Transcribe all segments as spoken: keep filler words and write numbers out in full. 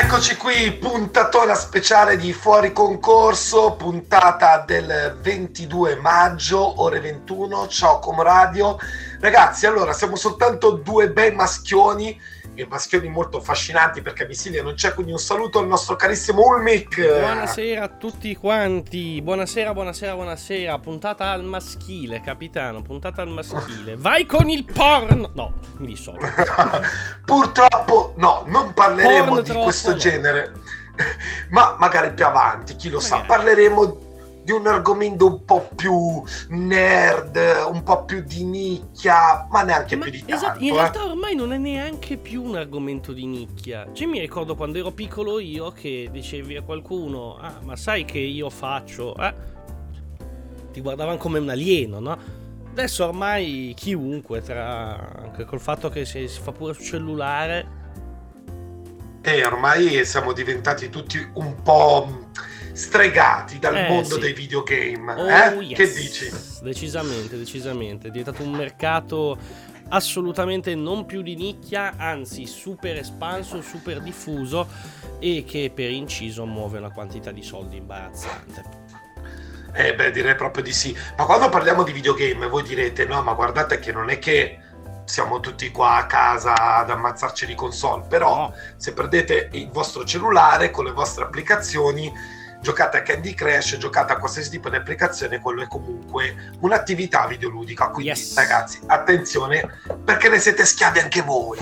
Eccoci qui, puntatona speciale di Fuori Concorso, puntata del ventidue maggio, ore ventuno, ciao Como Radio. Ragazzi, allora, siamo soltanto due bei maschioni, e maschioni molto affascinanti perché a Visilia non c'è, quindi un saluto al nostro carissimo Ulmic. Buonasera a tutti quanti, buonasera, buonasera, buonasera, puntata al maschile, capitano, puntata al maschile. Vai con il porno! No, mi dissocio. Purtroppo no, non parleremo Porno di troppo, questo no. genere, ma magari più avanti, chi lo sa, Magari. parleremo di un argomento un po' più nerd, un po' più di nicchia, ma neanche Ma più di esatto, tanto. in eh. realtà ormai non è neanche più un argomento di nicchia. Cioè, mi ricordo quando ero piccolo io che dicevi a qualcuno: ah, ma sai che io faccio? Eh? Ti guardavano come un alieno, no? Adesso ormai chiunque, tra anche col fatto che si, si fa pure sul cellulare. E ormai siamo diventati tutti un po' stregati dal Eh, mondo sì. dei videogame. Oh, eh? yes. Che dici? Decisamente, decisamente. È diventato un mercato assolutamente non più di nicchia, anzi super espanso, super diffuso e che per inciso muove una quantità di soldi imbarazzante. Eh beh, direi proprio di sì. Ma quando parliamo di videogame, voi direte: no, ma guardate che non è che siamo tutti qua a casa ad ammazzarci di console, però No. se prendete il vostro cellulare con le vostre applicazioni, giocate a Candy Crush, giocate a qualsiasi tipo di applicazione, quello è comunque un'attività videoludica. Quindi Yes. ragazzi, attenzione, perché ne siete schiavi anche voi.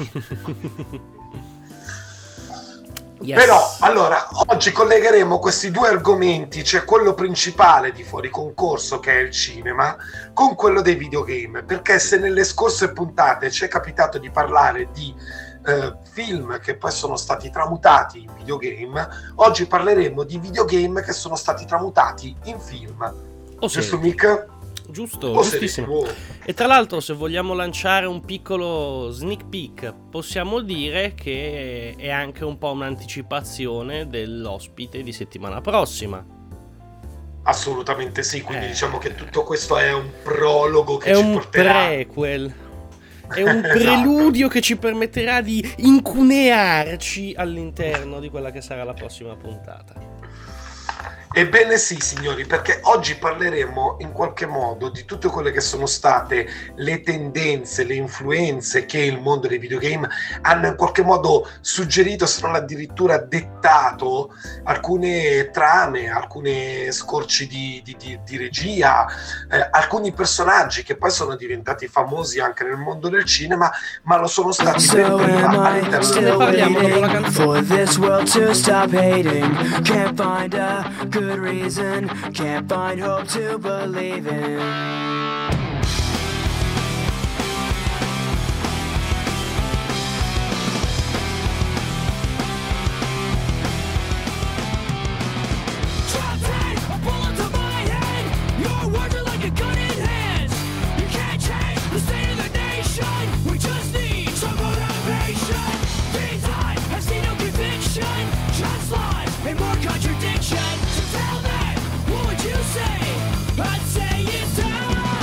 Yes. Però, allora, oggi collegheremo questi due argomenti, cioè quello principale di Fuori Concorso, che è il cinema, con quello dei videogame, perché se nelle scorse puntate ci è capitato di parlare di eh, film che poi sono stati tramutati in videogame, oggi parleremo di videogame che sono stati tramutati in film. O Giusto, serie. Mick? Giusto, O serie giustissimo. tivù? E tra l'altro, se vogliamo lanciare un piccolo sneak peek, possiamo dire che è anche un po' un'anticipazione dell'ospite di settimana prossima. Assolutamente sì, quindi Eh. diciamo che tutto questo è un prologo che È ci un porterà... prequel. È un Esatto. preludio che ci permetterà di incunearci all'interno di quella che sarà la prossima puntata. Ebbene sì, signori, perché oggi parleremo in qualche modo di tutte quelle che sono state le tendenze, le influenze che il mondo dei videogame hanno in qualche modo suggerito, se non addirittura dettato, alcune trame, alcune scorci di, di, di, di regia, eh, alcuni personaggi che poi sono diventati famosi anche nel mondo del cinema, ma lo sono stati per So prima am I all'interno Ne still parliamo dopo la waiting canzone. for this world to stop hating? Can't find a good reason, can't find hope to believe in. Contradiction. So tell me, what would you say? I'd say it's time.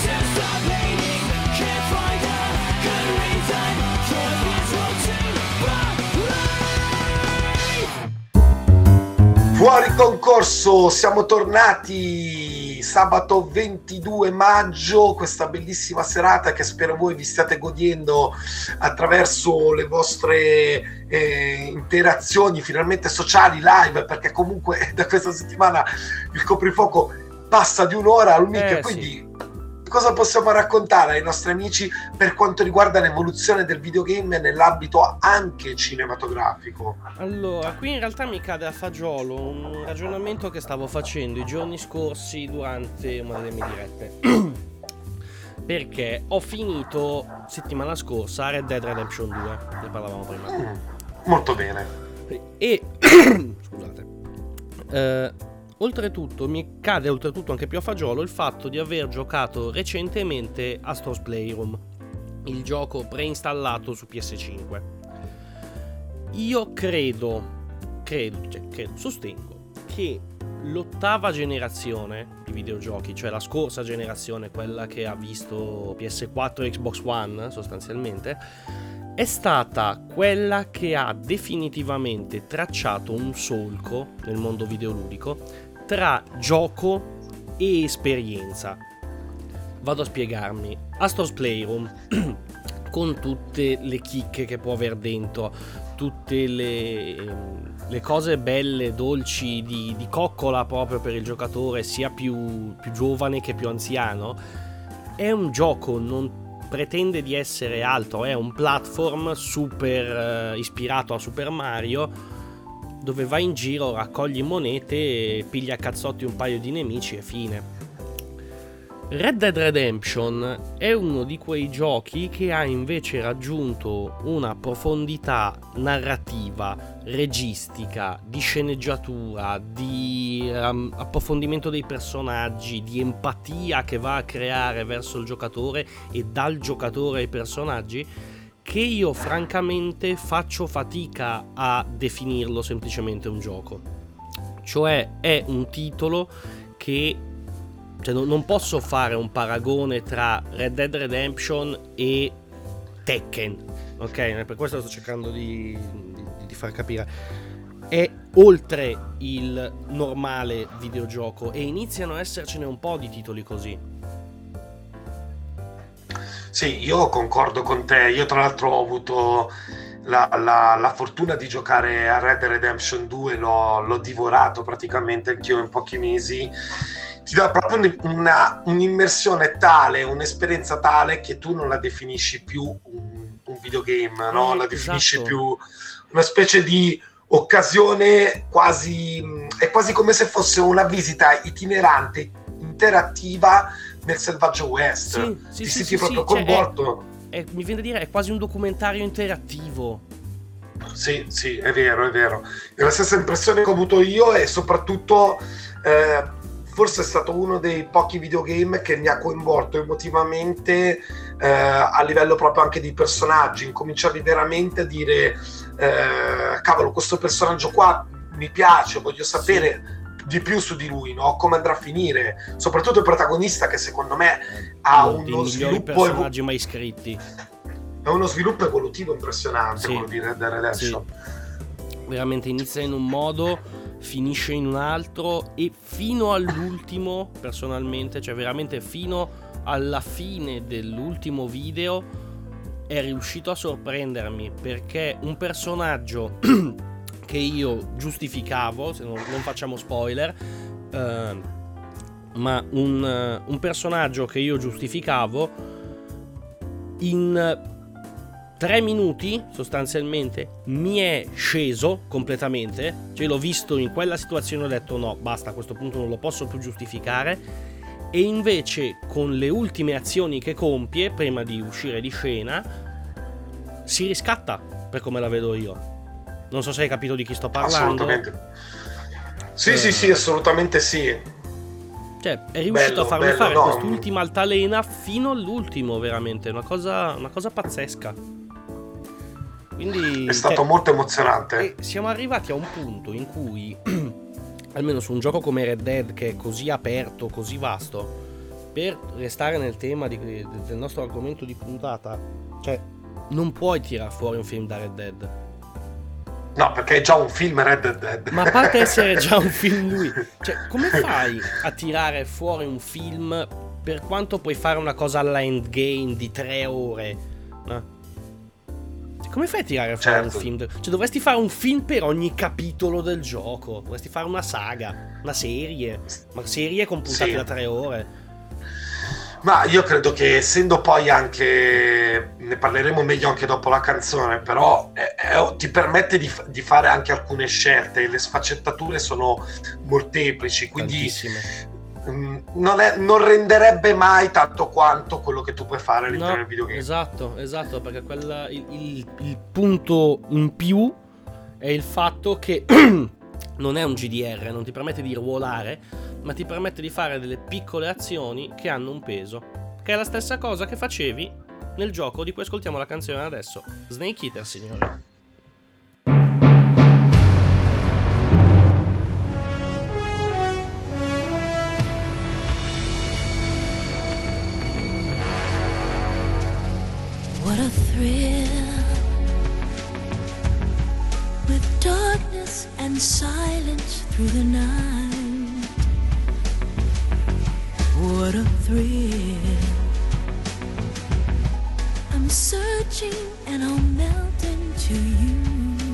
to stop hating. Can't find a good reason for this world to believe. Fuori concorso, siamo tornati sabato ventidue maggio, questa bellissima serata che spero voi vi stiate godendo attraverso le vostre eh, interazioni finalmente sociali, live, perché comunque da questa settimana il coprifuoco passa di un'ora all'unica, Eh, quindi sì. cosa possiamo raccontare ai nostri amici per quanto riguarda l'evoluzione del videogame nell'ambito anche cinematografico? Allora, qui in realtà mi cade a fagiolo un ragionamento che stavo facendo i giorni scorsi durante una delle mie dirette. Perché ho finito settimana scorsa Red Dead Redemption due, ne parlavamo prima. Mm, molto bene. E scusate. Eh, oltretutto mi cade oltretutto anche più a fagiolo il fatto di aver giocato recentemente Astro's Playroom, il gioco preinstallato su P S cinque. Io credo, credo, cioè credo, sostengo che l'ottava generazione di videogiochi, cioè la scorsa generazione, quella che ha visto P S quattro e Xbox One sostanzialmente, è stata quella che ha definitivamente tracciato un solco nel mondo videoludico tra gioco e esperienza. Vado a spiegarmi. Astro's Playroom, con tutte le chicche che può aver dentro, tutte le, le cose belle, dolci, di, di coccola proprio per il giocatore, sia più, più giovane che più anziano, è un gioco, non pretende di essere altro, è un platform super eh, ispirato a Super Mario, dove vai in giro, raccogli monete, piglia a cazzotti un paio di nemici e fine. Red Dead Redemption è uno di quei giochi che ha invece raggiunto una profondità narrativa, registica, di sceneggiatura, di um, approfondimento dei personaggi, di empatia che va a creare verso il giocatore e dal giocatore ai personaggi, che io francamente faccio fatica a definirlo semplicemente un gioco. Cioè è un titolo che, cioè, non, non posso fare un paragone tra Red Dead Redemption e Tekken, ok? Per questo sto cercando di, di, di far capire. È oltre il normale videogioco e iniziano a essercene un po' di titoli così. Sì, io concordo con te. Io tra l'altro ho avuto la, la- la fortuna di giocare a Red Dead Redemption due, l'ho, l'ho divorato praticamente anch'io in pochi mesi. Ti dà proprio un- una, un'immersione tale, un'esperienza tale che tu non la definisci più un, un videogame, no? Mm, La definisci esatto. più una specie di occasione quasi, è quasi come se fosse una visita itinerante, interattiva nel selvaggio West. Sì, sì, Ti sì, senti sì, proprio sì, cioè, coinvolto. è- mi viene da dire, è quasi un documentario interattivo. Sì, sì, è vero, è vero. È la stessa impressione che ho avuto io e soprattutto eh, forse è stato uno dei pochi videogame che mi ha coinvolto emotivamente eh, a livello proprio anche di personaggi. Incominciavi veramente a dire eh, cavolo, questo personaggio qua mi piace, voglio sapere di più su di lui, no? Come andrà a finire, soprattutto il protagonista che secondo me ha Uno dei uno migliori sviluppo evo- personaggi mai scritti. è uno sviluppo evolutivo impressionante, Sì. quello di Red Dead Redemption. Veramente inizia in un modo, finisce in un altro e fino all'ultimo, personalmente, cioè veramente fino alla fine dell'ultimo video è riuscito a sorprendermi, perché un personaggio che io giustificavo, se non, non facciamo spoiler, eh, ma un, eh, un personaggio che io giustificavo in tre minuti sostanzialmente mi è sceso completamente, cioè l'ho visto in quella situazione e ho detto no, basta, a questo punto non lo posso più giustificare, e invece con le ultime azioni che compie prima di uscire di scena si riscatta, per come la vedo io. Non so se hai capito di chi sto parlando. Assolutamente. Sì, Eh. sì, sì, assolutamente sì. Cioè, è riuscito Bello, a farmi bello, fare no. quest'ultima altalena fino all'ultimo, veramente, una cosa, una cosa pazzesca. Quindi È stato cioè, molto emozionante. e siamo arrivati a un punto in cui, almeno su un gioco come Red Dead, che è così aperto, così vasto, per restare nel tema di, del nostro argomento di puntata, cioè non puoi tirar fuori un film da Red Dead. No, perché è già un film Red Dead. Ma a parte essere già un film lui, cioè come fai a tirare fuori un film, per quanto puoi fare una cosa alla endgame di tre ore, no? Come fai a tirare fuori Certo. un film? Cioè dovresti fare un film per ogni capitolo del gioco, dovresti fare una saga, una serie, una serie con puntate Sì. da tre ore. Ma io credo che, essendo poi anche, ne parleremo meglio anche dopo la canzone, però eh, eh, ti permette di, f- di fare anche alcune scelte, le sfaccettature sono molteplici, quindi Tantissime. mm, non, è- non renderebbe mai tanto quanto quello che tu puoi fare all'interno No, del videogame. esatto, esatto, perché quella, il, il- il punto in più è il fatto che non è un G D R, non ti permette di ruolare, ma ti permette di fare delle piccole azioni che hanno un peso, che è la stessa cosa che facevi nel gioco di cui ascoltiamo la canzone adesso, Snake Eater, signori. What a thrill, with darkness and silence through the night. What a thrill, I'm searching and I'll melt into you.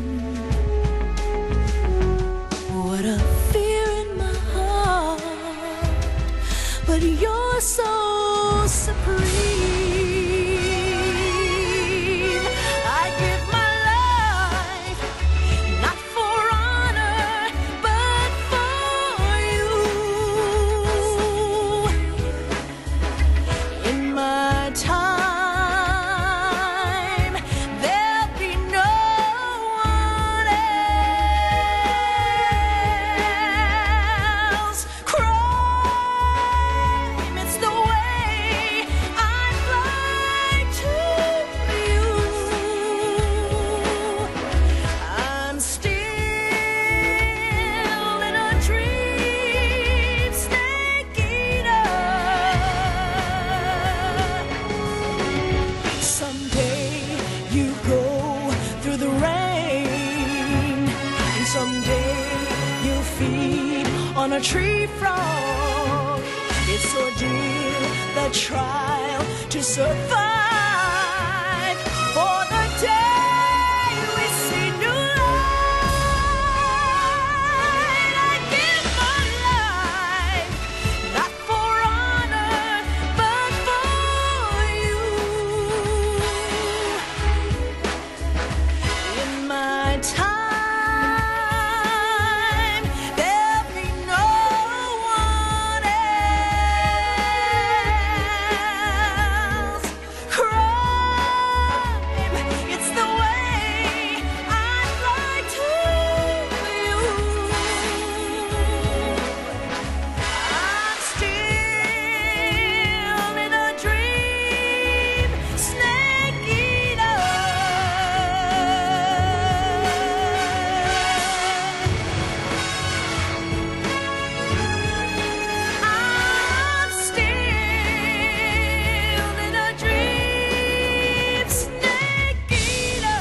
What a fear in my heart, but you're so supreme. I give my life, not for honor, but for you. In my time, there'll be no one else. Crime, it's the way I fly to you. I'm still in a dream, snake eater. Someday you go through the rain, and someday you feed on a tree frog. It's ordeal, the trial to survive. For the day we see new light, I give my life, not for honor, but for you. In my time, there'll be no one else. Crime, it's the way I fly to you. I'm still in a dream, snake eater. I'm still in a dream, snake eater.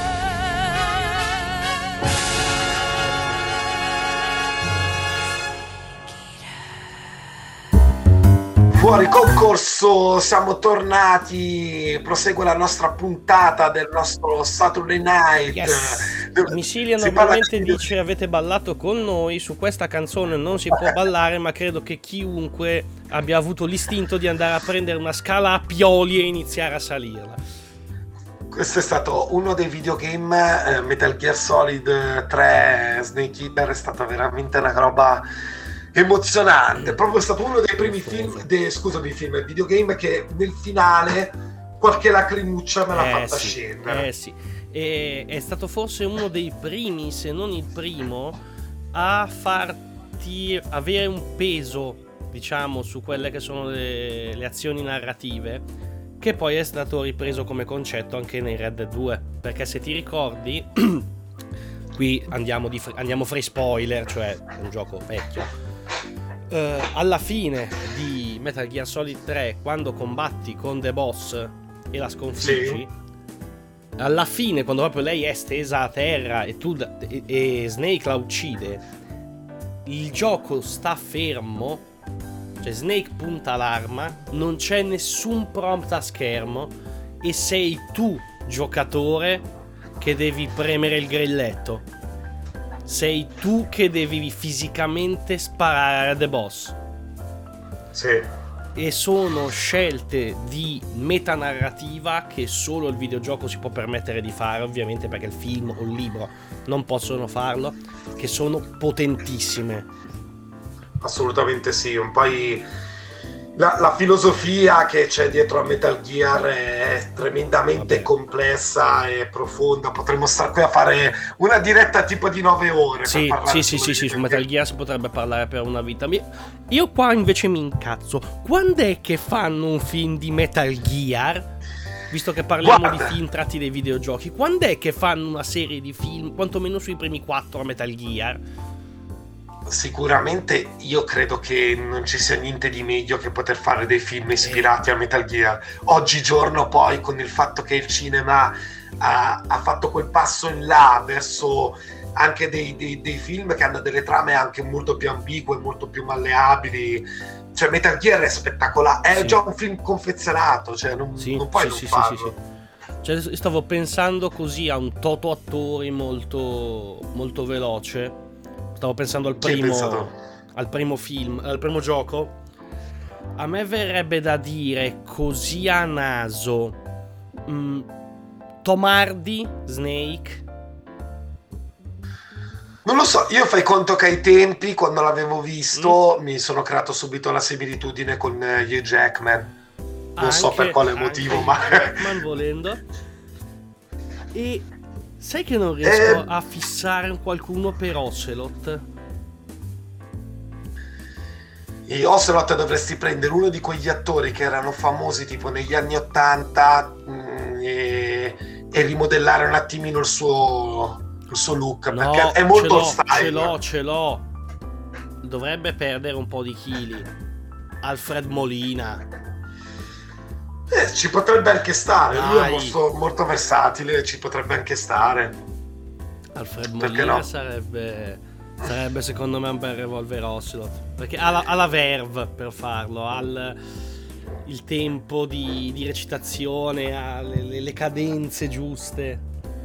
Fuori concorso, siamo tornati, prosegue la nostra puntata del nostro Saturday Night. Yes. Dove Micilia si parla normalmente di- dice avete ballato con noi, su questa canzone non si può ballare, ma credo che chiunque abbia avuto l'istinto di andare a prendere una scala a pioli e iniziare a salirla. Questo è stato uno dei videogame, eh, Metal Gear Solid tre Snake Eater, è stata veramente una roba emozionante. Proprio è stato uno dei primi film, de, scusami, film, videogame che nel finale qualche lacrimuccia me l'ha Eh fatta sì, scendere. eh sì. E è stato forse uno dei primi, se non il primo, a farti avere un peso, diciamo, su quelle che sono le, le azioni narrative, che poi è stato ripreso come concetto anche nei Red Dead due, perché se ti ricordi qui andiamo, di, andiamo free spoiler, cioè è un gioco vecchio. Uh, alla fine di Metal Gear Solid tre, quando combatti con The Boss e la sconfiggi, sì. alla fine, quando proprio lei è stesa a terra e, tu, e, e Snake la uccide, il gioco sta fermo, cioè Snake punta l'arma, non c'è nessun prompt a schermo e sei tu, giocatore, che devi premere il grilletto. Sei tu che devi fisicamente sparare a The Boss. Sì. E sono scelte di metanarrativa che solo il videogioco si può permettere di fare, ovviamente, perché il film o il libro non possono farlo, che sono potentissime. Assolutamente sì. Un poi la, la filosofia che c'è dietro a Metal Gear è tremendamente Vabbè. complessa e profonda. Potremmo stare qui a fare una diretta tipo di nove ore. Sì, per sì, sì, sì, sì, su Metal Gear si potrebbe parlare per una vita. Io qua invece mi incazzo. Quando è che fanno un film di Metal Gear? Visto che parliamo Guarda. di film tratti dai videogiochi, quando è che fanno una serie di film, quantomeno sui primi quattro a Metal Gear? Sicuramente io credo che non ci sia niente di meglio che poter fare dei film ispirati a Metal Gear. Oggigiorno poi, con il fatto che il cinema ha, ha fatto quel passo in là verso anche dei, dei, dei film che hanno delle trame anche molto più ambigue, molto più malleabili, cioè Metal Gear è spettacolare, è sì. già un film confezionato, cioè non, sì, non puoi sì, non sì, farlo. Sì, sì, sì. Cioè, stavo pensando così a un toto attori molto, molto veloce. Stavo pensando al primo, al primo film, al primo gioco. A me verrebbe da dire così a naso mm, Tom Hardy, Snake. Non lo so, io fai conto che ai tempi, quando l'avevo visto, mm. mi sono creato subito la similitudine con Hugh Jackman. Non anche, so per quale motivo, ma... Jackman volendo. E... sai che non riesco eh, a fissare qualcuno per Ocelot? E Ocelot dovresti prendere uno di quegli attori che erano famosi tipo negli anni ottanta mh, e, e rimodellare un attimino il suo, il suo look, no, perché è molto ce style. Ce l'ho, ce l'ho. Dovrebbe perdere un po' di chili. Alfred Molina. Eh, ci potrebbe anche stare, Dai. lui è molto, molto versatile, ci potrebbe anche stare. Alfred Perché Molina no? sarebbe sarebbe secondo me un bel revolver Ocelot, perché ha la, ha la verve per farlo, ha il, il tempo di, di recitazione, ha le, le, le cadenze giuste.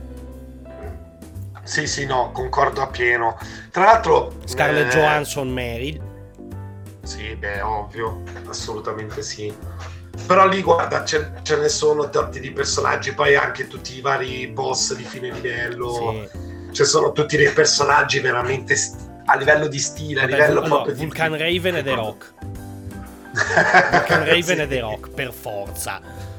Sì, sì, no, concordo appieno. Tra l'altro Scarlett eh... Johansson Mary. Sì, beh, ovvio, assolutamente sì. Però lì guarda, ce, ce ne sono tanti di personaggi, poi anche tutti i vari boss di fine livello, sì. Ci sono tutti dei personaggi veramente st- a livello di stile, Vabbè, a livello allora, proprio Vulcan di... Raven e The Rock. Vulcan Raven sì. e The Rock, per forza.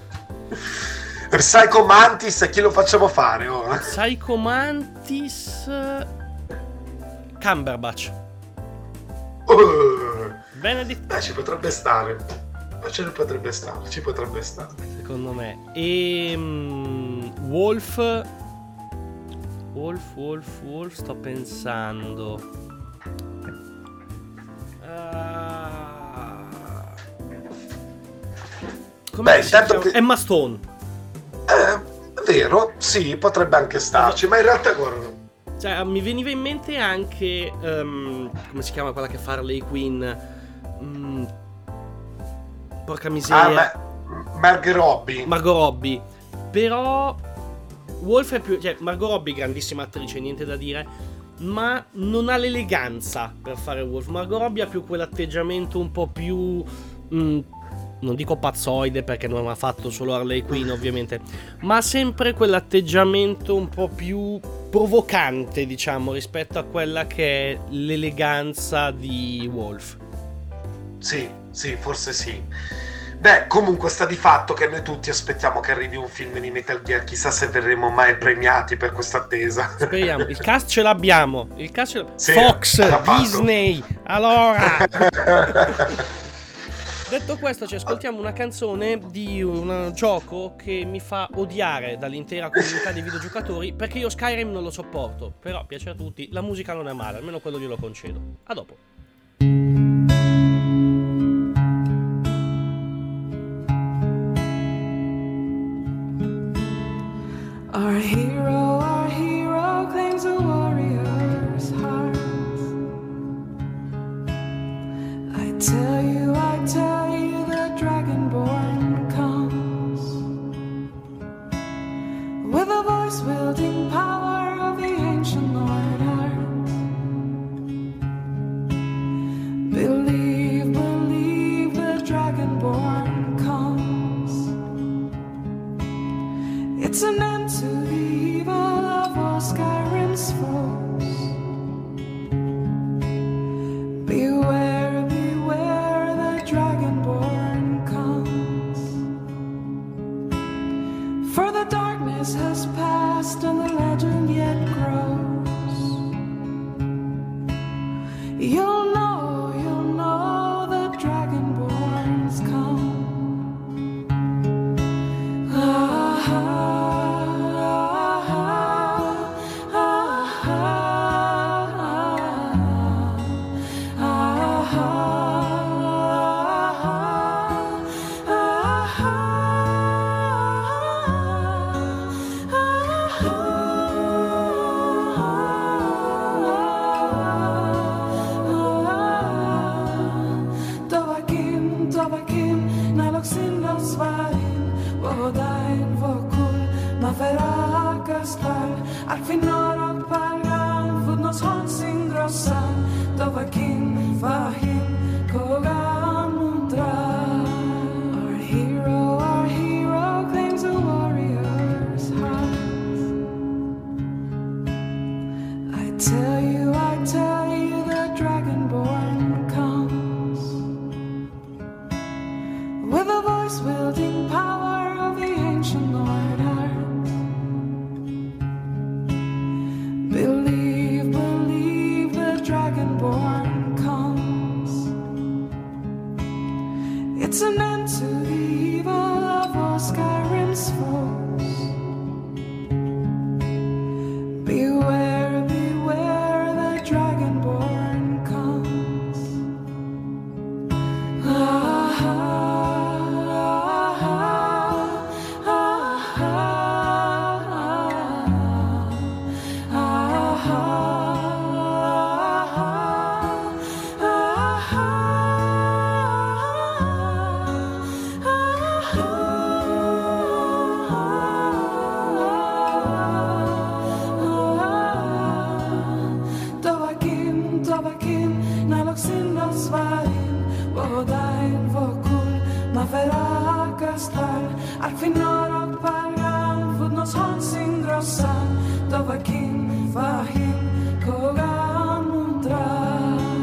Psycho Mantis, chi lo facciamo fare? Oh? Psycho Mantis... Cumberbatch. Uh, Benedict. Eh, ci potrebbe stare. Ce ne potrebbe stare, ci potrebbe stare. Secondo me. E um, Wolf Wolf, Wolf, Wolf, sto pensando. Uh... Come Beh, intanto che... Emma Stone. Eh, è vero, sì, potrebbe anche starci, ma in realtà guarda. Cioè, mi veniva in mente anche um, come si chiama quella che fa Harley Quinn? Mm, porca miseria. Ah, beh, Margot Robbie. Margot Robbie. Però Wolf è più, cioè Margot Robbie grandissima attrice, niente da dire, ma non ha l'eleganza per fare Wolf. Margot Robbie ha più quell'atteggiamento un po' più mh, non dico pazzoide perché non ha fatto solo Harley Quinn ovviamente, ma ha sempre quell'atteggiamento un po' più provocante, diciamo, rispetto a quella che è l'eleganza di Wolf. Sì, sì, forse sì. Beh, comunque sta di fatto che noi tutti aspettiamo che arrivi un film di Metal Gear, chissà se verremo mai premiati per questa attesa. Speriamo, il cast ce l'abbiamo, il cast ce l'abbiamo. Sì, Fox, Disney, allora... Detto questo, ci ascoltiamo una canzone di un gioco che mi fa odiare dall'intera comunità dei videogiocatori, perché io Skyrim non lo sopporto, però piace a tutti, la musica non è male, almeno quello glielo concedo. A dopo. hero, our hero claims a warrior's heart. I tell you, I tell you, the Dragonborn comes with a voice wielding power of the ancient Lord Arts. Believe, believe, the Dragonborn comes. It's an end to the evil of all Skyrim's foes. Beware, beware, the Dragonborn comes. For the darkness has passed and the legend yet grows. You'll know, you'll know, the Dragonborn's come. Ah, ah, ah, Dovahkiin, Dovahkiin, näloksin Nosvarin, Vohodain, Vokul, Maverakastar, Alfinor och Palgan, Fudnos Honsin Grossan, Dovahkiin, Vahim, Kogan Mundra. Our hero, our hero claims a warrior's heart. I tell you, I tell you, the Dragonborn comes with a voice wielding power of the ancient Lord Arts. Believe, believe, the Dragonborn comes. It's an end to the evil of all Skyrim's foes. Beware, beware, the Dragonborn comes. Ah, ah, ah, Dovahkiin, Dovahkiin, näloksin Nosvarin, Vohodain, Vokul, Maverakastar, Alfinor och Palgan, Fudnos Honsin Grossan, Dovahkiin, Vahim, Kogan Mundra.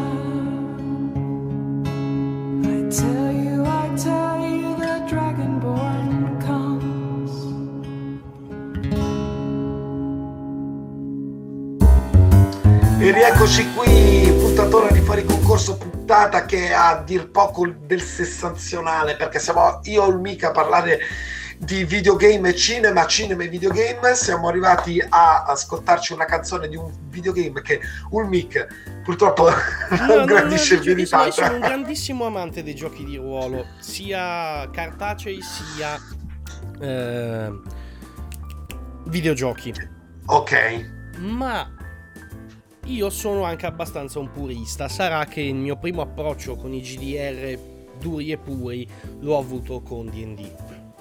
I tell you, I tell you, the Dragonborn comes. E rieccoci qui, puntatona di Fuori Concorso, puntata che è a dir poco del sessantazionale, perché siamo io e il Mica a parlare di videogame e cinema, cinema e videogame. Siamo arrivati a ascoltarci una canzone di un videogame che Ulmic purtroppo No, non no, gradisce no, più di io sono tanto. un grandissimo amante dei giochi di ruolo, sia cartacei sia eh, videogiochi. Ok, Ma io sono anche abbastanza un purista. Sarà che il mio primo approccio con i G D R duri e puri l'ho avuto con D and D.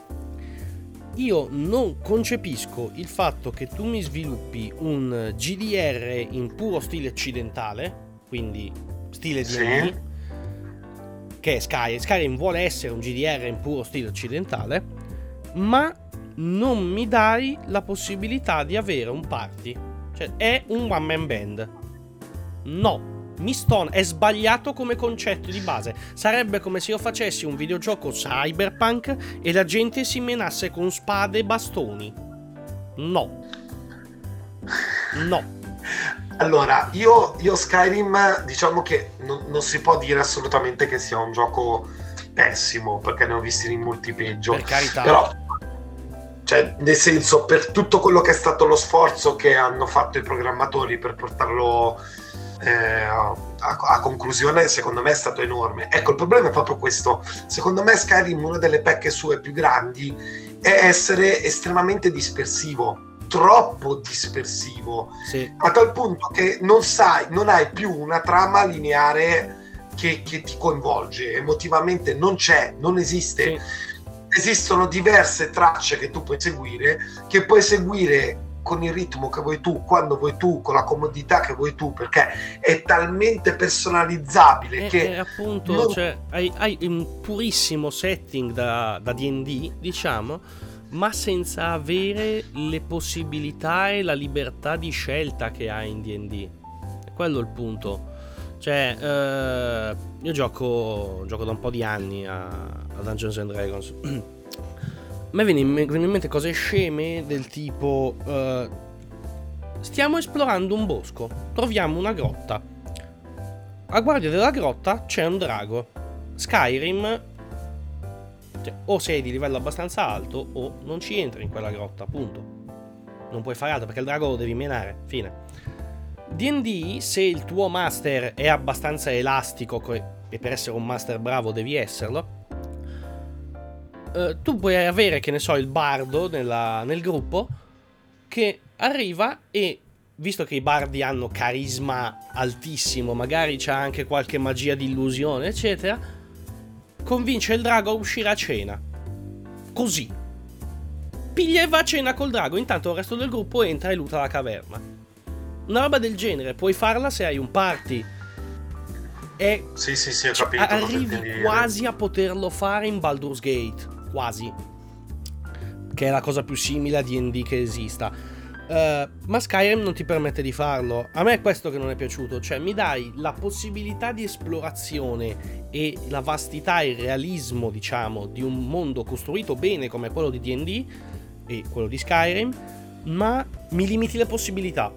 Io non concepisco il fatto che tu mi sviluppi un G D R in puro stile occidentale, quindi stile D and D, sì, che è Skyrim. Skyrim vuole essere un G D R in puro stile occidentale, ma non mi dai la possibilità di avere un party. Cioè, è un one man band. No, mi stona, è sbagliato come concetto di base. Sarebbe come se io facessi un videogioco cyberpunk e la gente si menasse con spade e bastoni. No. No. allora io, io Skyrim, diciamo che non, non si può dire assolutamente che sia un gioco pessimo, perché ne ho visti in molti peggio, Per carità. però cioè, nel senso, per tutto quello che è stato lo sforzo che hanno fatto i programmatori per portarlo eh, a, a conclusione, secondo me è stato enorme. Ecco, il problema è proprio questo. Secondo me Skyrim, una delle pecche sue più grandi è essere estremamente dispersivo. troppo dispersivo, Sì. a tal punto che non sai, non hai più una trama lineare che, che ti coinvolge emotivamente, non c'è, non esiste. Sì. Esistono diverse tracce che tu puoi seguire, che puoi seguire con il ritmo che vuoi tu, quando vuoi tu, con la comodità che vuoi tu, perché è talmente personalizzabile E, che e appunto, non- cioè, hai, hai un purissimo setting da, da D and D, diciamo, ma senza avere le possibilità e la libertà di scelta che hai in D and D. È quello il punto. Cioè, eh, io gioco, gioco da un po' di anni a, a Dungeons and Dragons. A me viene in, vengono in mente cose sceme del tipo eh, stiamo esplorando un bosco, troviamo una grotta, a guardia della grotta c'è un drago. Skyrim, cioè, o sei di livello abbastanza alto o non ci entri in quella grotta, appunto. Non puoi fare altro perché il drago lo devi menare, fine. D and D, se il tuo master è abbastanza elastico, co- e per essere un master bravo devi esserlo, eh, tu puoi avere, che ne so, il bardo nella- nel gruppo che arriva e, visto che i bardi hanno carisma altissimo, magari c'ha anche qualche magia di illusione, eccetera, convince il drago a uscire a cena. Così. Piglia e va a cena col drago, intanto il resto del gruppo entra e luta la caverna. Una roba del genere, puoi farla se hai un party. E sì sì sì ho cioè, capito cosa arrivi intendi dire. quasi a poterlo fare in Baldur's Gate, quasi, che è la cosa più simile a D and D che esista. Uh, ma Skyrim non ti permette di farlo. A me è questo che non è piaciuto, cioè mi dai la possibilità di esplorazione e la vastità e il realismo, diciamo, di un mondo costruito bene come quello di D and D e quello di Skyrim, ma mi limiti le possibilità.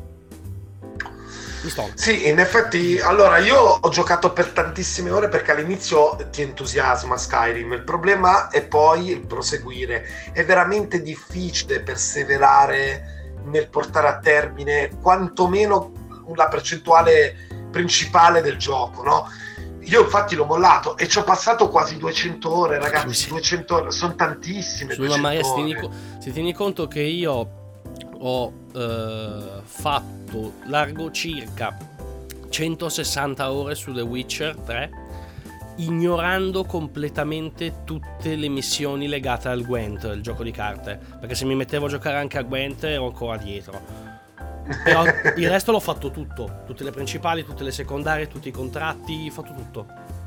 Mi sto. Sì, in effetti, allora io ho giocato per tantissime ore perché all'inizio ti entusiasma Skyrim, il problema è poi il proseguire, è veramente difficile perseverare nel portare a termine quantomeno la percentuale principale del gioco, no? Io infatti l'ho mollato e ci ho passato quasi duecento ore, ragazzi, Sì. duecento ore, sono tantissime. Sulla duecento Maria, se tieni, ore. co- se tieni conto che io ho eh, fatto largo circa centosessanta ore su The Witcher tre, ignorando completamente tutte le missioni legate al Gwent, il gioco di carte, perché se mi mettevo a giocare anche a Gwent ero ancora dietro. Però il resto l'ho fatto tutto, tutte le principali, tutte le secondarie, tutti i contratti, ho fatto tutto.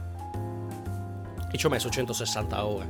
E ci ho messo centosessanta ore.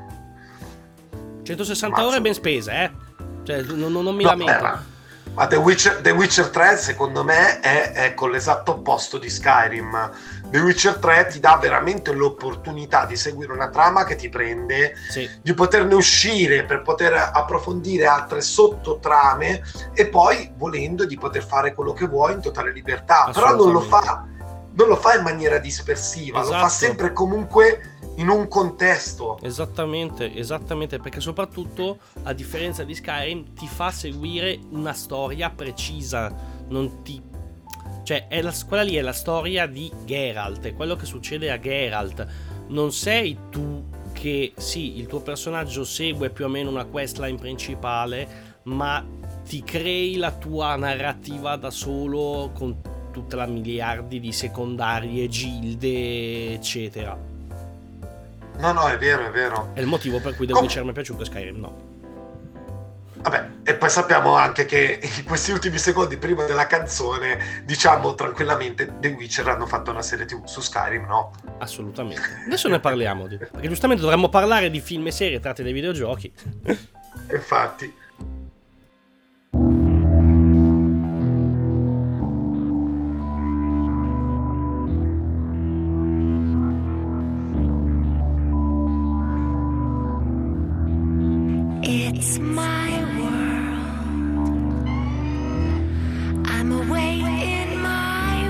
centosessanta Mazza. ore ben spese, eh? Cioè, non, non mi No, lamento. beh, ma, ma The Witcher, The Witcher tre secondo me è, è con l'esatto opposto di Skyrim. The Witcher tre ti dà veramente l'opportunità di seguire una trama che ti prende, Sì. di poterne uscire per poter approfondire altre sottotrame e poi, volendo, di poter fare quello che vuoi in totale libertà. Però non lo fa, non lo fa in maniera dispersiva, lo fa Esatto. sempre comunque in un contesto. Esattamente, esattamente, perché soprattutto, a differenza di Skyrim, ti fa seguire una storia precisa, non ti... Cioè, è la, quella lì è la storia di Geralt, è quello che succede a Geralt. Non sei tu che, sì, il tuo personaggio segue più o meno una questline principale, ma ti crei la tua narrativa da solo con tutta la miliardi di secondarie, gilde, eccetera. No, no, è vero, è vero. È il motivo per cui The Com- Witcher mi è piaciuto e Skyrim no. Vabbè, e poi sappiamo anche che in questi ultimi secondi prima della canzone, diciamo tranquillamente, The Witcher hanno fatto una serie tivù su Skyrim, no? Assolutamente. Adesso ne parliamo, di- perché giustamente dovremmo parlare di film e serie tratte dai videogiochi. Infatti. It's my world. I'm awake in my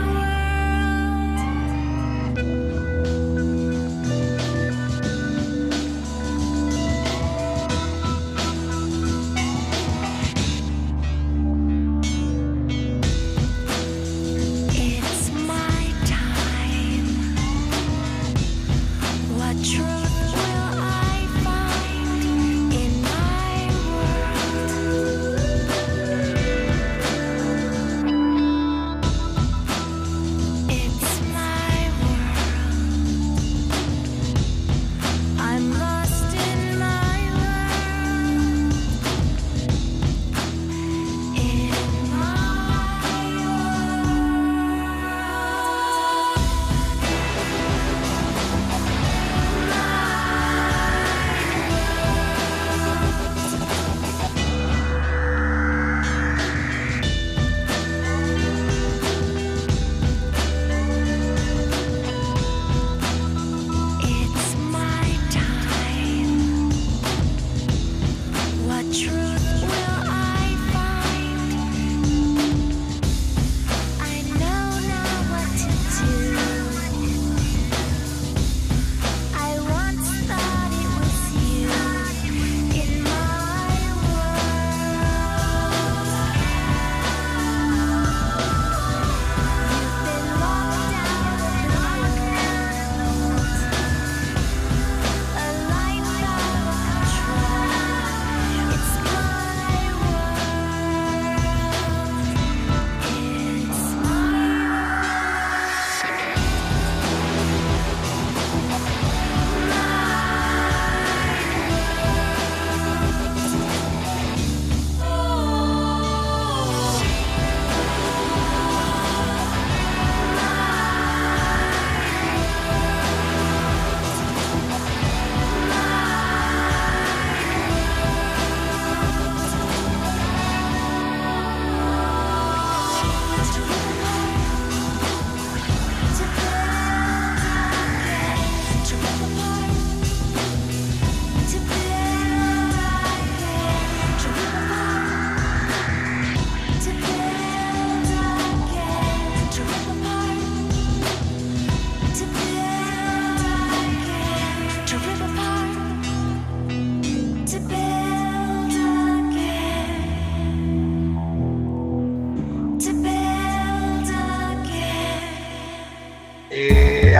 world. It's my time. What truth will I find in my world?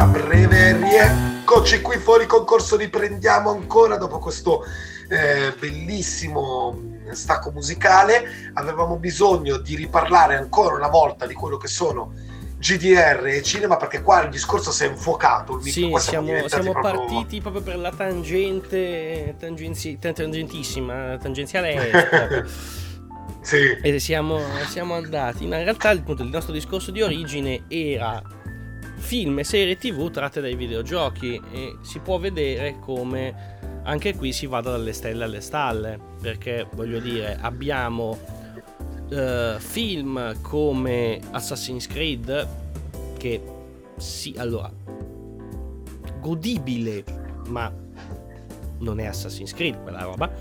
a breve rieccoci qui fuori concorso, riprendiamo ancora dopo questo eh, bellissimo stacco musicale. Avevamo bisogno di riparlare ancora una volta di quello che sono G D R e cinema, perché qua il discorso si è infuocato. Il Sì, siamo, siamo proprio... partiti proprio per la tangente tangenzi, tangentissima, tangenziale est. Sì. E siamo, siamo andati. Ma in realtà appunto, il nostro discorso di origine era film e serie tv tratte dai videogiochi, e si può vedere come anche qui si vada dalle stelle alle stalle, perché voglio dire, abbiamo uh, film come Assassin's Creed, che sì, allora, godibile, ma non è Assassin's Creed quella roba.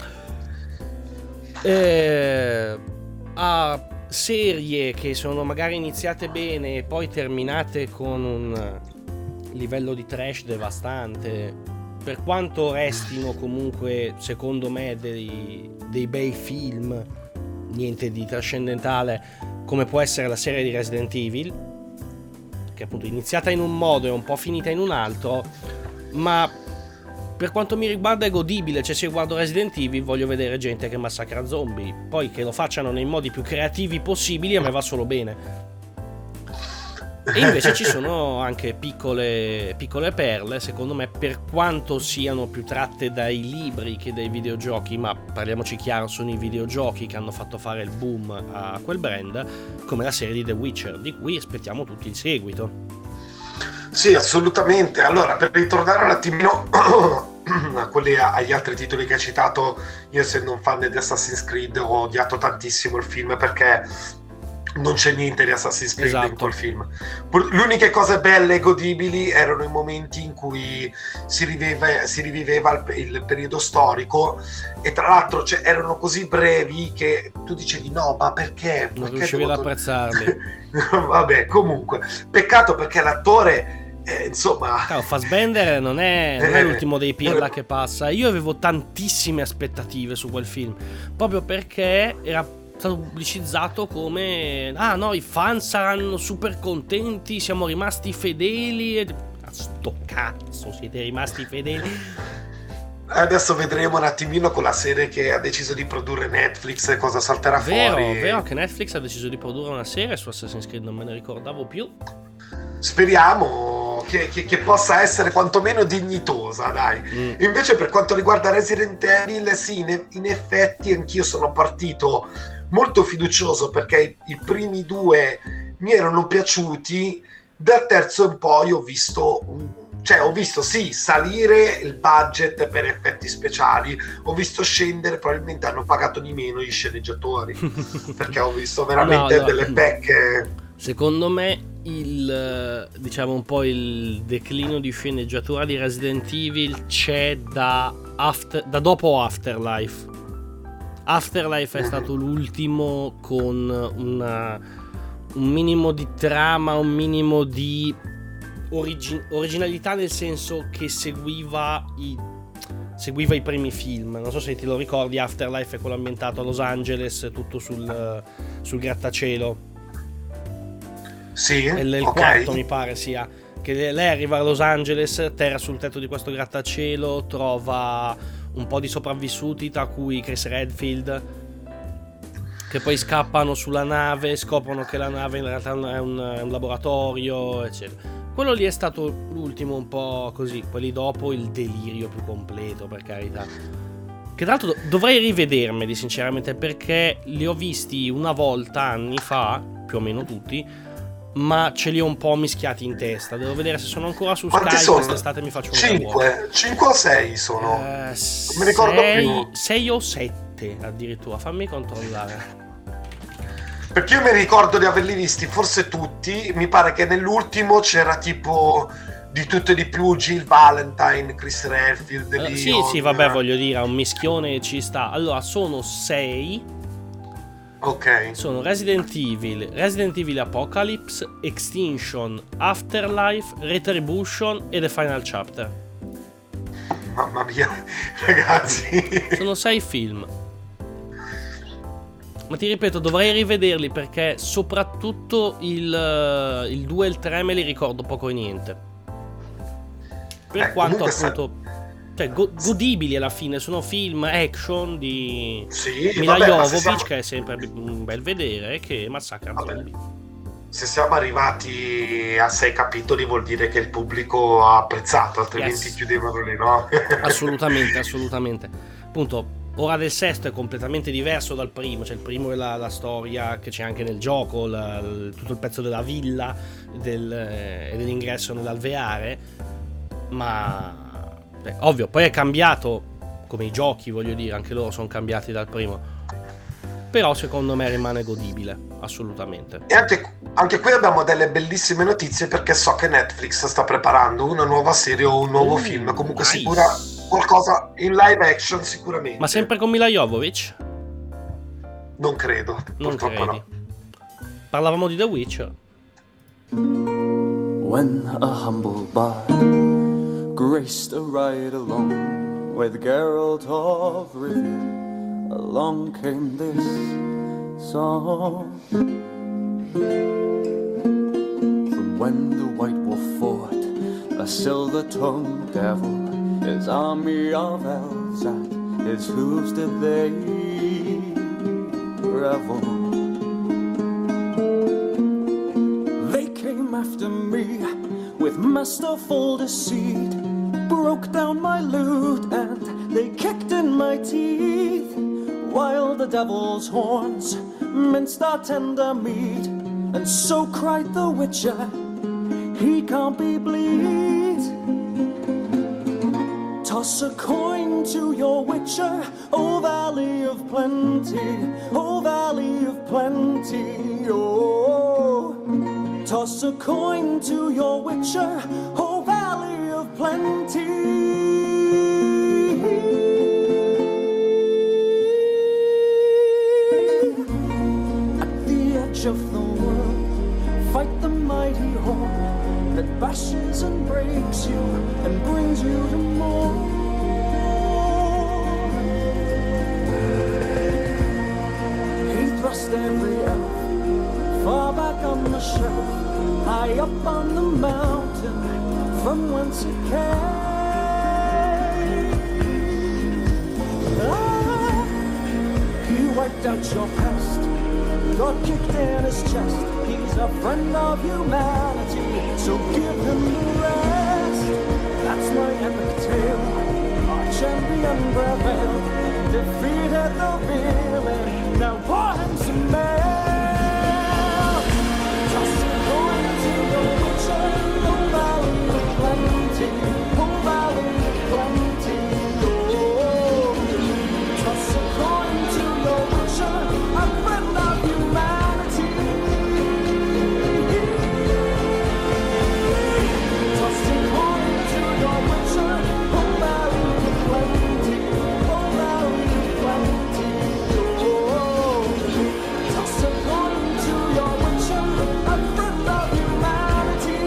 Eh, a serie che sono magari iniziate bene e poi terminate con un livello di trash devastante, per quanto restino comunque secondo me dei, dei bei film, niente di trascendentale, come può essere la serie di Resident Evil, che appunto è iniziata in un modo e un po' finita in un altro, ma per quanto mi riguarda è godibile. Cioè, se io guardo Resident Evil voglio vedere gente che massacra zombie, poi che lo facciano nei modi più creativi possibili a me va solo bene. E invece ci sono anche piccole, piccole perle, secondo me, per quanto siano più tratte dai libri che dai videogiochi, ma parliamoci chiaro, sono i videogiochi che hanno fatto fare il boom a quel brand, come la serie di The Witcher, di cui aspettiamo tutti il seguito. Sì, assolutamente. Allora, per ritornare un attimino a quelli, agli altri titoli che hai citato, io essendo un fan di Assassin's Creed ho odiato tantissimo il film, perché non c'è niente di Assassin's Creed Esatto. in quel film. L'uniche cose belle e godibili erano i momenti in cui si riviveva, si riviveva il, il periodo storico, e tra l'altro cioè, erano così brevi che tu dicevi no, ma perché? Non perché riuscivi ad devo- apprezzarli. Vabbè, comunque, peccato, perché l'attore eh, insomma Caro, Fassbender non è, non è Eh, l'ultimo dei pirla che passa. Io avevo tantissime aspettative su quel film, proprio perché era stato pubblicizzato come ah no, i fan saranno super contenti, siamo rimasti fedeli. E... a sto cazzo, siete rimasti fedeli? adesso vedremo un attimino con la serie che ha deciso di produrre Netflix cosa salterà Vero, fuori. vero che Netflix ha deciso di produrre una serie su Assassin's Creed, non me ne ricordavo più. Speriamo che, che- che possa essere quantomeno dignitosa, dai. Mm. Invece per quanto riguarda Resident Evil, sì, in, in effetti anch'io sono partito molto fiducioso, perché i, i primi due mi erano piaciuti. Dal terzo in poi ho visto un- cioè ho visto sì salire il budget per effetti speciali, ho visto scendere, probabilmente hanno pagato di meno gli sceneggiatori, perché ho visto veramente No, no. delle pecche. Secondo me il diciamo un po' il declino di sceneggiatura di Resident Evil c'è da, after, da dopo Afterlife. Afterlife è Mhm. stato l'ultimo con una, un minimo di trama, un minimo di origi- originalità, nel senso che seguiva i, seguiva i primi film. Non so se ti lo ricordi, Afterlife è quello ambientato a Los Angeles, tutto sul, sul grattacielo. Sì, È il ok. quarto mi pare sia, che lei arriva a Los Angeles, terra sul tetto di questo grattacielo, trova un po' di sopravvissuti, tra cui Chris Redfield, che poi scappano sulla nave, scoprono che la nave in realtà è un, è un laboratorio, eccetera. Quello lì è stato l'ultimo un po' così, quelli dopo il delirio più completo, per carità. Che tra l'altro dovrei rivedermeli sinceramente, perché li ho visti una volta anni fa, più o meno tutti, ma ce li ho un po' mischiati in testa. Devo vedere se sono ancora su Quanti Sky. sono? Quest'estate mi faccio un gran vuoto. cinque, cinque o sei sono. Eh, Non mi ricordo più. sei o sette addirittura, fammi controllare. Perché io mi ricordo di averli visti forse tutti. Mi pare che nell'ultimo c'era tipo di tutto e di più Jill Valentine, Chris Redfield, Eh, Leon. sì, sì, vabbè, voglio dire, un mischione ci sta. Allora, sono sei. Ok. Sono Resident Evil, Resident Evil Apocalypse, Extinction, Afterlife, Retribution e The Final Chapter. Mamma mia, ragazzi. Sono sei film. Ma ti ripeto, dovrei rivederli, perché soprattutto il, il due e il tre me li ricordo poco e niente. per Eh, quanto comunque sa- appunto cioè, go- godibili alla fine, sono film action di Sì, Mila vabbè, ma se Jovovich, siamo- che è sempre un bel vedere, che massacra Vabbè. zombie. Se siamo arrivati a sei capitoli vuol dire che il pubblico ha apprezzato, altrimenti Yes. chiudevano lì, no? Assolutamente, assolutamente. Appunto, ora del sesto è completamente diverso dal primo. Cioè, il primo è la, la storia che c'è anche nel gioco, la- il- tutto il pezzo della villa del, eh, e dell'ingresso nell'alveare. Ma beh, ovvio, poi è cambiato come i giochi, voglio dire, anche loro sono cambiati dal primo. Però secondo me rimane godibile, assolutamente. E anche, anche qui abbiamo delle bellissime notizie, perché so che Netflix sta preparando una nuova serie o un nuovo Oh, film, comunque nice. sicura qualcosa in live action sicuramente. Ma sempre con Mila Jovovich? Non credo, Non purtroppo credi. no. Parlavamo di The Witcher. When a humble bard graced a ride along with Geralt of Rivia, along came this song. From when the White Wolf fought a silver-tongued devil, his army of elves at his hooves did they revel. They came after me with masterful deceit, broke down my lute and they kicked in my teeth, while the devil's horns minced our tender meat. And so cried the Witcher, he can't be bleed. Toss a coin to your Witcher, O Valley of Plenty, O Valley of Plenty, oh. Toss a coin to your Witcher, O Valley of Plenty. Of the world, fight the mighty horde that bashes and breaks you and brings you to more. He thrust every elf far back on the shelf, high up on the mountain from whence it came. Ah, he wiped out your past, got kicked in his chest. He's a friend of humanity, so give him the rest. That's my epic tale. Our champion prevailed, defeated the villain. Now pour him some mail. Toss a coin to the Witcher, O Valley of Plenty, O Valley of Plenty, oh. Toss a coin to your Witcher, a friend of humanity. Toss a coin to your Witcher, O Valley of Plenty, O Valley of Plenty, oh. Toss a coin to your Witcher, a friend of humanity.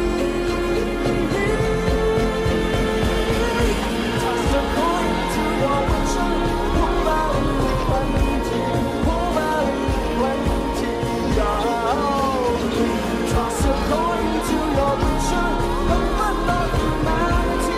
Toss a coin to your Witcher, O Valley of Plenty, O Valley of Plenty, oh. Toss a coin to your Witcher, a friend of humanity.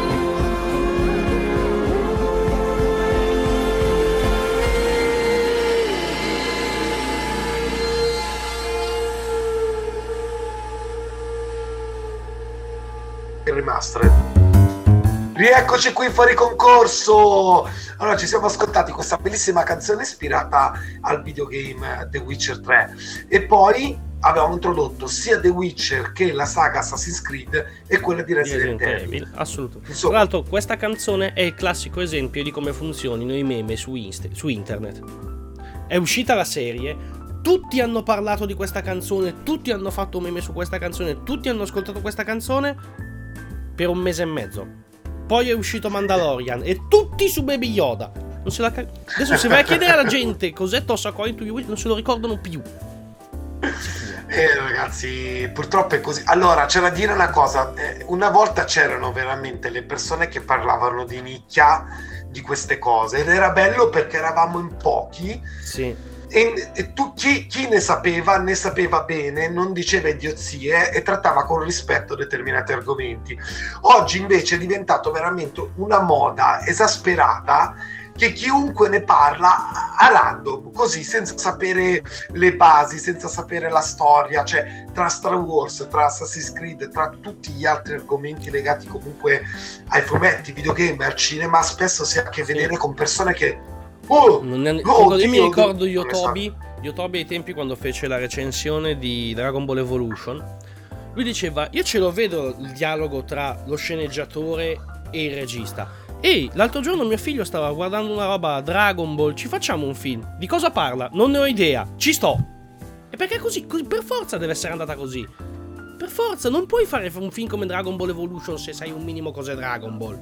Il remastered. Rieccoci qui fuori concorso. Allora, ci siamo ascoltati questa bellissima canzone ispirata al videogame The Witcher tre e poi avevamo introdotto sia The Witcher che la saga Assassin's Creed e quella di Resident, Resident Evil. Evil, assolutamente. Insomma. Tra l'altro, questa canzone è il classico esempio di come funzionino i meme su, Insta- su internet. È uscita la serie, tutti hanno parlato di questa canzone, tutti hanno fatto meme su questa canzone, tutti hanno ascoltato questa canzone per un mese e mezzo. Poi è uscito Mandalorian e tutti su Baby Yoda. Non se la ca- Adesso se vai a chiedere alla gente cos'è Toss a Coin to Your Witcher non se lo ricordano più. Eh ragazzi, purtroppo è così. Allora, c'è da dire una cosa, eh, una volta c'erano veramente le persone che parlavano di nicchia di queste cose ed era bello perché eravamo in pochi Sì. E, e tu, chi, chi ne sapeva, ne sapeva bene, non diceva idiozie e trattava con rispetto determinati argomenti. Oggi invece è diventato veramente una moda esasperata che chiunque ne parla a random, così, senza sapere le basi, senza sapere la storia, cioè tra Star Wars, tra Assassin's Creed, tra tutti gli altri argomenti legati comunque ai fumetti, videogame, al cinema, spesso si ha a che vedere con persone che oh, non è, oh, io mi Dio, ricordo Dio, Yotobi, Yotobi ai tempi quando fece la recensione di Dragon Ball Evolution, lui diceva: io ce lo vedo il dialogo tra lo sceneggiatore e il regista. Ehi, l'altro giorno mio figlio stava guardando una roba Dragon Ball, ci facciamo un film. Di cosa parla? Non ne ho idea, ci sto. E perché così, così per forza deve essere andata così. Per forza, non puoi fare un film come Dragon Ball Evolution se sai un minimo cos'è Dragon Ball.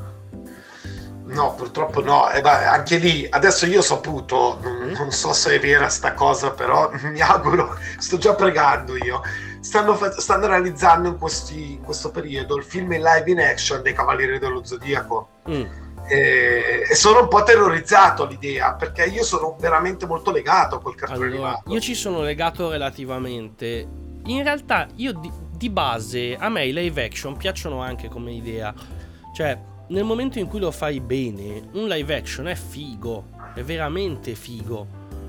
No, purtroppo no. E beh, anche lì, adesso io ho saputo, non, Mm. non so se è vera sta cosa, però mi auguro, sto già pregando io. Stanno, fa- stanno realizzando in, questi, in questo periodo il film in live in action dei Cavalieri dello Zodiaco. Mm. E, e sono un po' terrorizzato all'idea, perché io sono veramente molto legato a quel cartone Allora, animato. io ci sono legato relativamente. In realtà, io di, di base, a me i live action piacciono anche come idea. Cioè, nel momento in cui lo fai bene, un live action è figo, è veramente figo.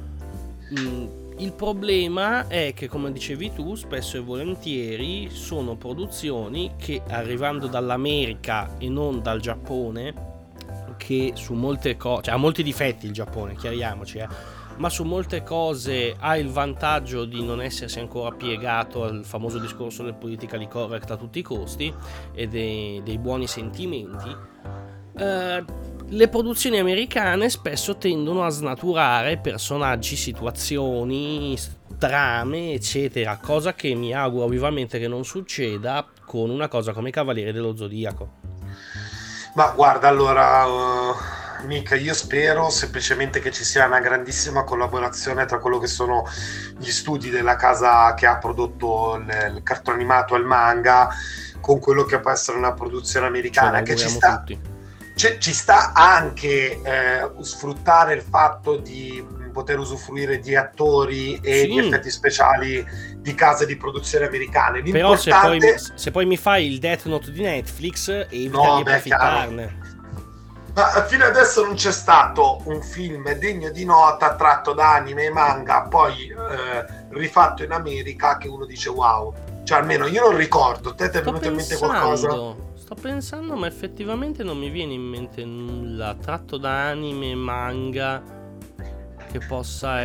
Mm, il problema è che, come dicevi tu, spesso e volentieri sono produzioni che, arrivando dall'America e non dal Giappone, che su molte cose, cioè ha molti difetti il Giappone, chiariamoci, eh, ma su molte cose ha il vantaggio di non essersi ancora piegato al famoso discorso del politically correct a tutti i costi e dei, dei buoni sentimenti. Eh, le produzioni americane spesso tendono a snaturare personaggi, situazioni, trame, eccetera, cosa che mi auguro vivamente che non succeda con una cosa come i Cavalieri dello Zodiaco. Ma guarda, allora, uh, Mica, io spero semplicemente che ci sia una grandissima collaborazione tra quello che sono gli studi della casa che ha prodotto il, il cartone animato e il manga con quello che può essere una produzione americana, che ci sta, tutti. ci, ci sta anche eh, sfruttare il fatto di poter usufruire di attori e Sì. di effetti speciali di case di produzione americane. Però se poi, L'importante... se poi mi fai il Death Note di Netflix, evita No, di beh, approfittarne. Ma fino adesso non c'è stato un film degno di nota tratto da anime e manga, poi eh, rifatto in America, che uno dice wow. Cioè almeno io non ricordo. Te ti è Sto venuto in mente qualcosa? pensando, sto pensando, ma effettivamente non mi viene in mente nulla tratto da anime e manga che possa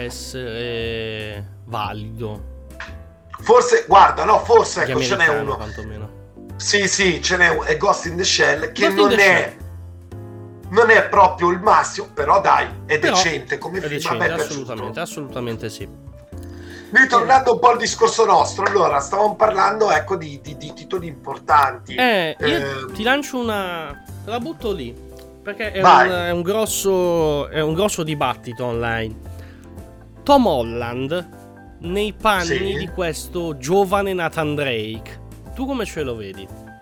essere valido. Forse, guarda, no, forse Di ecco, ce n'è americano, uno. quantomeno. Sì, sì, ce n'è uno. È Ghost in the Shell, che Ghost in non the è... non è proprio il massimo, però dai, è Però decente come è film. decente, a me è assolutamente, piaciuto. assolutamente sì. Ritornando un po' al discorso nostro, allora stavamo parlando ecco di, di, di titoli importanti. Eh, io Ehm, ti lancio una... te la butto lì, perché è un, Vai. è un grosso è un grosso dibattito online. Tom Holland nei panni Sì. di questo giovane Nathan Drake. Tu come ce lo vedi?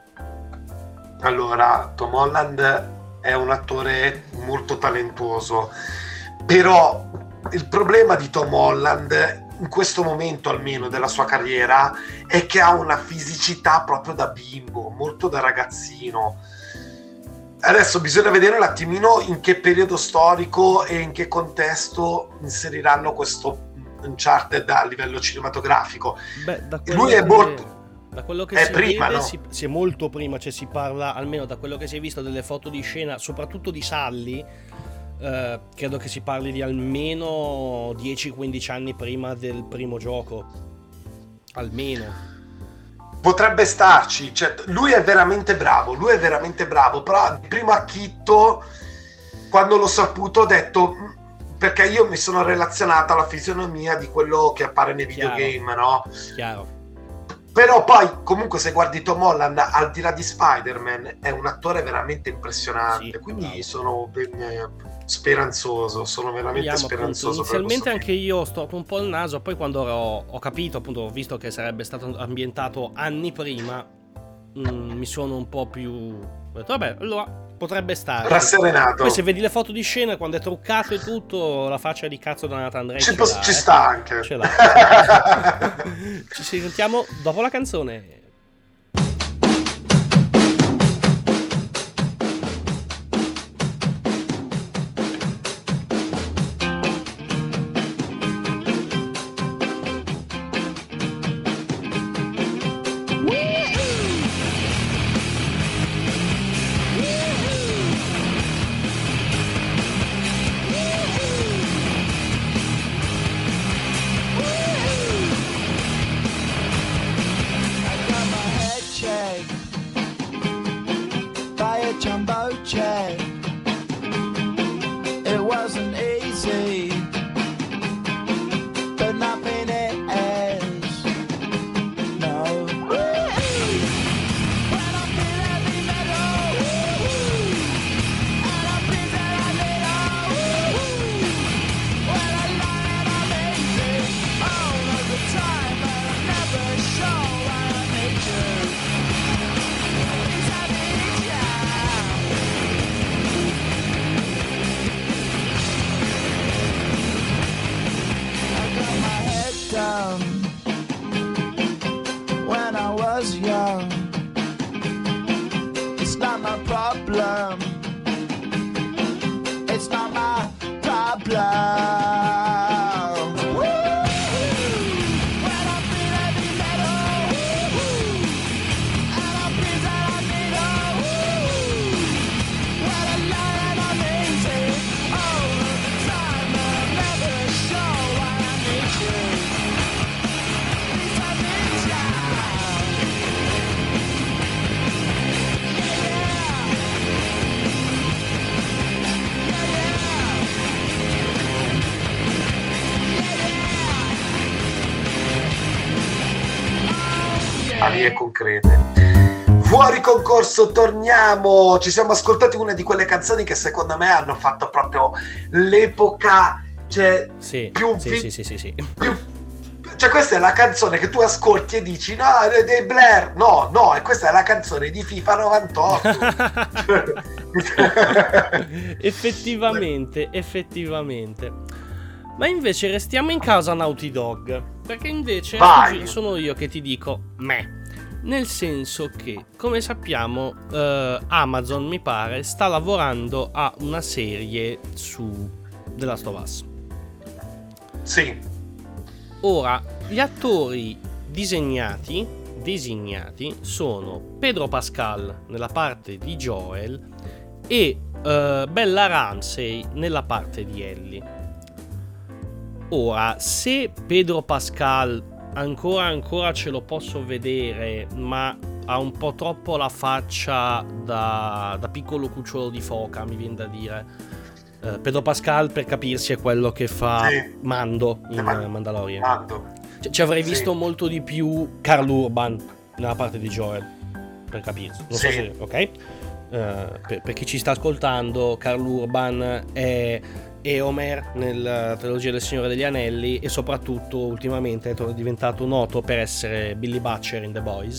Allora, Tom Holland è un attore molto talentuoso, però il problema di Tom Holland in questo momento almeno della sua carriera è che ha una fisicità proprio da bimbo, molto da ragazzino. Adesso bisogna vedere un attimino in che periodo storico e in che contesto inseriranno questo Uncharted a livello cinematografico. Beh, da Lui è che- molto... Da quello che È si prima, vede, no? si, si è molto prima, cioè si parla, almeno da quello che si è visto delle foto di scena, soprattutto di Sully, eh, credo che si parli di almeno dieci quindici anni prima del primo gioco. Almeno. Potrebbe starci, cioè, lui è veramente bravo, lui è veramente bravo, però il primo acchitto, quando l'ho saputo, ho detto, "Mm", perché io mi sono relazionata alla fisionomia di quello che appare nei Chiaro. videogame, no? Chiaro. Però poi, comunque, se guardi Tom Holland, al di là di Spider-Man, è un attore veramente impressionante, Sì, quindi bravo. sono ben eh, speranzoso, sono veramente Vediamo, appunto, speranzoso. per inizialmente questo anche io ho storto un po' il naso, poi quando ho, ho capito, appunto, ho visto che sarebbe stato ambientato anni prima, mm, mi sono un po' più... ho detto, vabbè, allora potrebbe stare. Rasserenato. Poi se vedi le foto di scena, quando è truccato e tutto, la faccia di cazzo da Nathan Drake Ci, ce pos- l'ha, ci eh. sta anche. Ce l'ha. Ci sentiamo dopo la canzone. By a jumbo jet. It wasn't easy, but nothing is. No. Down when I was young. It's not my problem. It's not my problem. E concrete. Fuori concorso, torniamo. Ci siamo ascoltati una di quelle canzoni che secondo me hanno fatto proprio l'epoca, cioè Sì, più, sì, vi- sì, sì, sì, sì. più- cioè questa è la canzone che tu ascolti e dici no, è dei Blair, no, no, e questa è la canzone di FIFA novantotto. effettivamente, effettivamente. Ma invece restiamo in casa Naughty Dog, perché invece Vai. oggi sono io che ti dico me. Nel senso che, come sappiamo, eh, Amazon, mi pare, sta lavorando a una serie su The Last of Us. Sì, Ora, gli attori disegnati, designati sono Pedro Pascal nella parte di Joel e eh, Bella Ramsey nella parte di Ellie. Ora, se Pedro Pascal ancora ancora ce lo posso vedere, ma ha un po' troppo la faccia da, da piccolo cucciolo di foca, mi viene da dire. Eh, Pedro Pascal, per capirsi, è quello che fa Sì. Mando in Ma- Mandalorian. Mando. Ci, ci avrei Sì. visto molto di più Carl Urban nella parte di Joel, per capirsi. Non so Sì. se, ok? Eh, per, per chi ci sta ascoltando, Carl Urban è Eomer nella trilogia del Signore degli Anelli e soprattutto ultimamente è diventato noto per essere Billy Butcher in The Boys.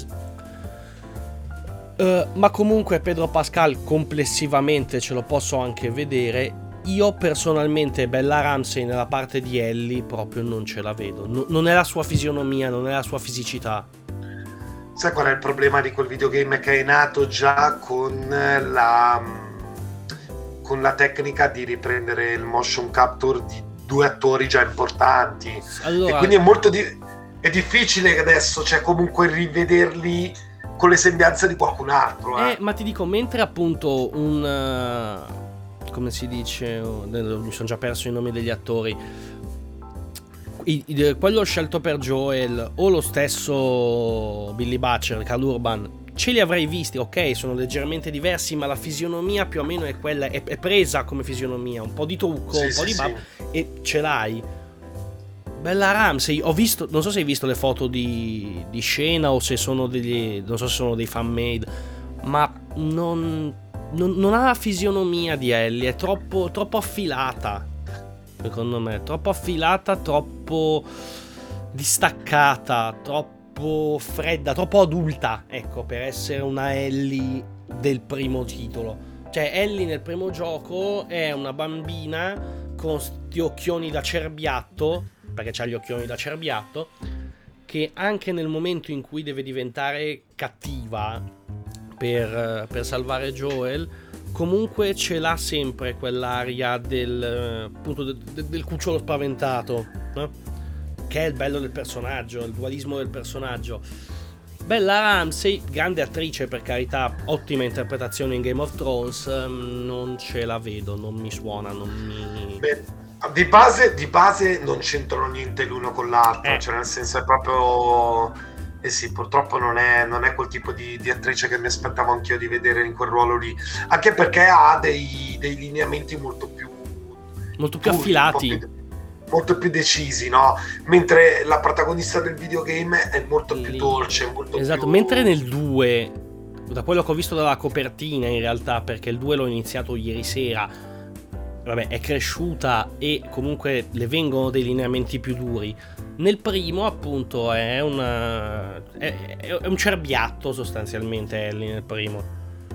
Eh, ma comunque Pedro Pascal complessivamente ce lo posso anche vedere. Io personalmente Bella Ramsey nella parte di Ellie proprio non ce la vedo. No- non è la sua fisionomia, non è la sua fisicità. Sai qual è il problema di quel videogame? Che è nato già con la con la tecnica di riprendere il motion capture di due attori già importanti. Allora, E quindi è molto di- è difficile che adesso, cioè, comunque rivederli con le sembianze di qualcun altro. Eh. eh, ma ti dico, mentre appunto un uh, come si dice, oh, mi sono già perso i nomi degli attori. I- i- quello scelto per Joel o lo stesso Billy Butcher, Carl Urban, ce li avrei visti, ok, sono leggermente diversi, ma la fisionomia più o meno è quella, è, è presa come fisionomia, un po' di trucco, Sì, un po' sì, di sì. bab, e ce l'hai. Bella Ramsey, ho visto, non so se hai visto le foto di, di scena o se sono degli, non so se sono dei fan made, ma non, non, non ha la fisionomia di Ellie, è troppo, troppo affilata, secondo me, troppo affilata, troppo distaccata, troppo fredda, troppo adulta, ecco, per essere una Ellie del primo titolo. Cioè Ellie nel primo gioco è una bambina con sti occhioni da cerbiatto, perché c'ha gli occhioni da cerbiatto, che anche nel momento in cui deve diventare cattiva per, per salvare Joel, comunque ce l'ha sempre quell'aria del, appunto, del, del cucciolo spaventato, no? Che è il bello del personaggio, il dualismo del personaggio. Bella Ramsey, grande attrice per carità, ottima interpretazione in Game of Thrones, non ce la vedo, non mi suona, non mi... Beh, di base, di base non c'entrano niente l'uno con l'altro, Eh. cioè nel senso è proprio... Eh sì, purtroppo non è, non è quel tipo di, di attrice che mi aspettavo anch'io di vedere in quel ruolo lì, anche perché ha dei, dei lineamenti molto più... molto più puri, affilati. un po' più- molto più decisi, no? Mentre la protagonista del videogame è molto più Lì. dolce, molto Esatto, più... mentre nel due, da quello che ho visto dalla copertina in realtà, perché il due l'ho iniziato ieri sera, vabbè, è cresciuta e comunque le vengono dei lineamenti più duri. Nel primo appunto è una è, è un cerbiatto sostanzialmente Ellie nel primo.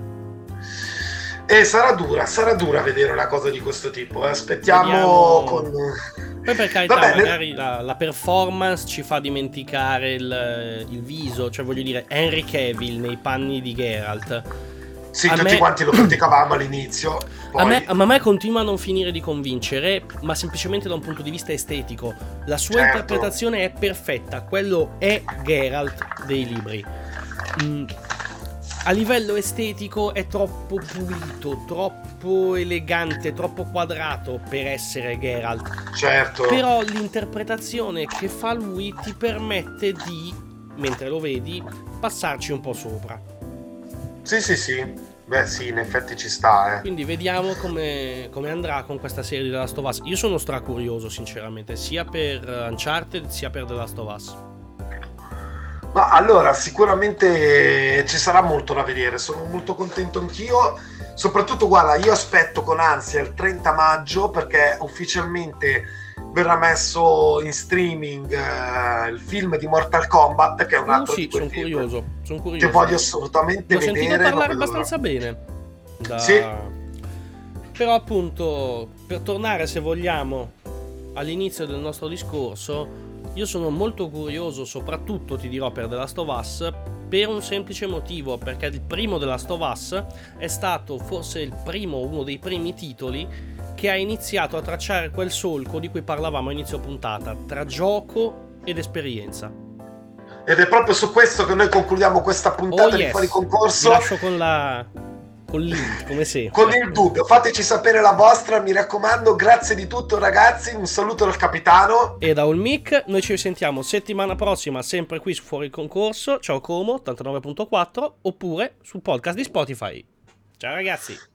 E sarà dura, sarà dura vedere una cosa di questo tipo, eh. Aspettiamo Vediamo. con... Poi per carità, Vabbè, nel- magari la, la performance ci fa dimenticare il, il viso, cioè voglio dire Henry Cavill nei panni di Geralt. Sì, A tutti me- quanti lo criticavamo all'inizio. Poi... A me, ma a me continua a non finire di convincere, ma semplicemente da un punto di vista estetico. La sua Certo. interpretazione è perfetta, quello è Geralt dei libri. Mm, a livello estetico è troppo pulito, troppo elegante, troppo quadrato per essere Geralt. Certo. Però l'interpretazione che fa lui ti permette di, mentre lo vedi, passarci un po' sopra. Sì, sì, sì. Beh, sì, in effetti ci sta, eh. Quindi vediamo come, come andrà con questa serie di The Last of Us. Io sono stracurioso, sinceramente, sia per Uncharted sia per The Last of Us. Ma allora, sicuramente ci sarà molto da vedere. Sono molto contento anch'io. Soprattutto, guarda, io aspetto con ansia il trenta maggio perché ufficialmente verrà messo in streaming eh, il film di Mortal Kombat, che è un Uh, altro sì, di quei sono film curioso, sono curioso. che voglio assolutamente Ho sentito vedere. parlare non vedo abbastanza bene. Da... Sì. Però appunto, per tornare se vogliamo all'inizio del nostro discorso, io sono molto curioso, soprattutto ti dirò per The Last of Us, per un semplice motivo, perché il primo The Last of Us è stato forse il primo, uno dei primi titoli che ha iniziato a tracciare quel solco di cui parlavamo a inizio puntata, tra gioco ed esperienza. Ed è proprio su questo che noi concludiamo questa puntata Oh di yes, Fuori vi Concorso. lascio con la con link, come sempre. Con il dubbio, fateci sapere la vostra, mi raccomando. Grazie di tutto, ragazzi. Un saluto dal capitano. E da Olmic, noi ci risentiamo settimana prossima, sempre qui su Fuori Concorso. Ciao Como ottantanove virgola quattro, oppure sul podcast di Spotify. Ciao ragazzi.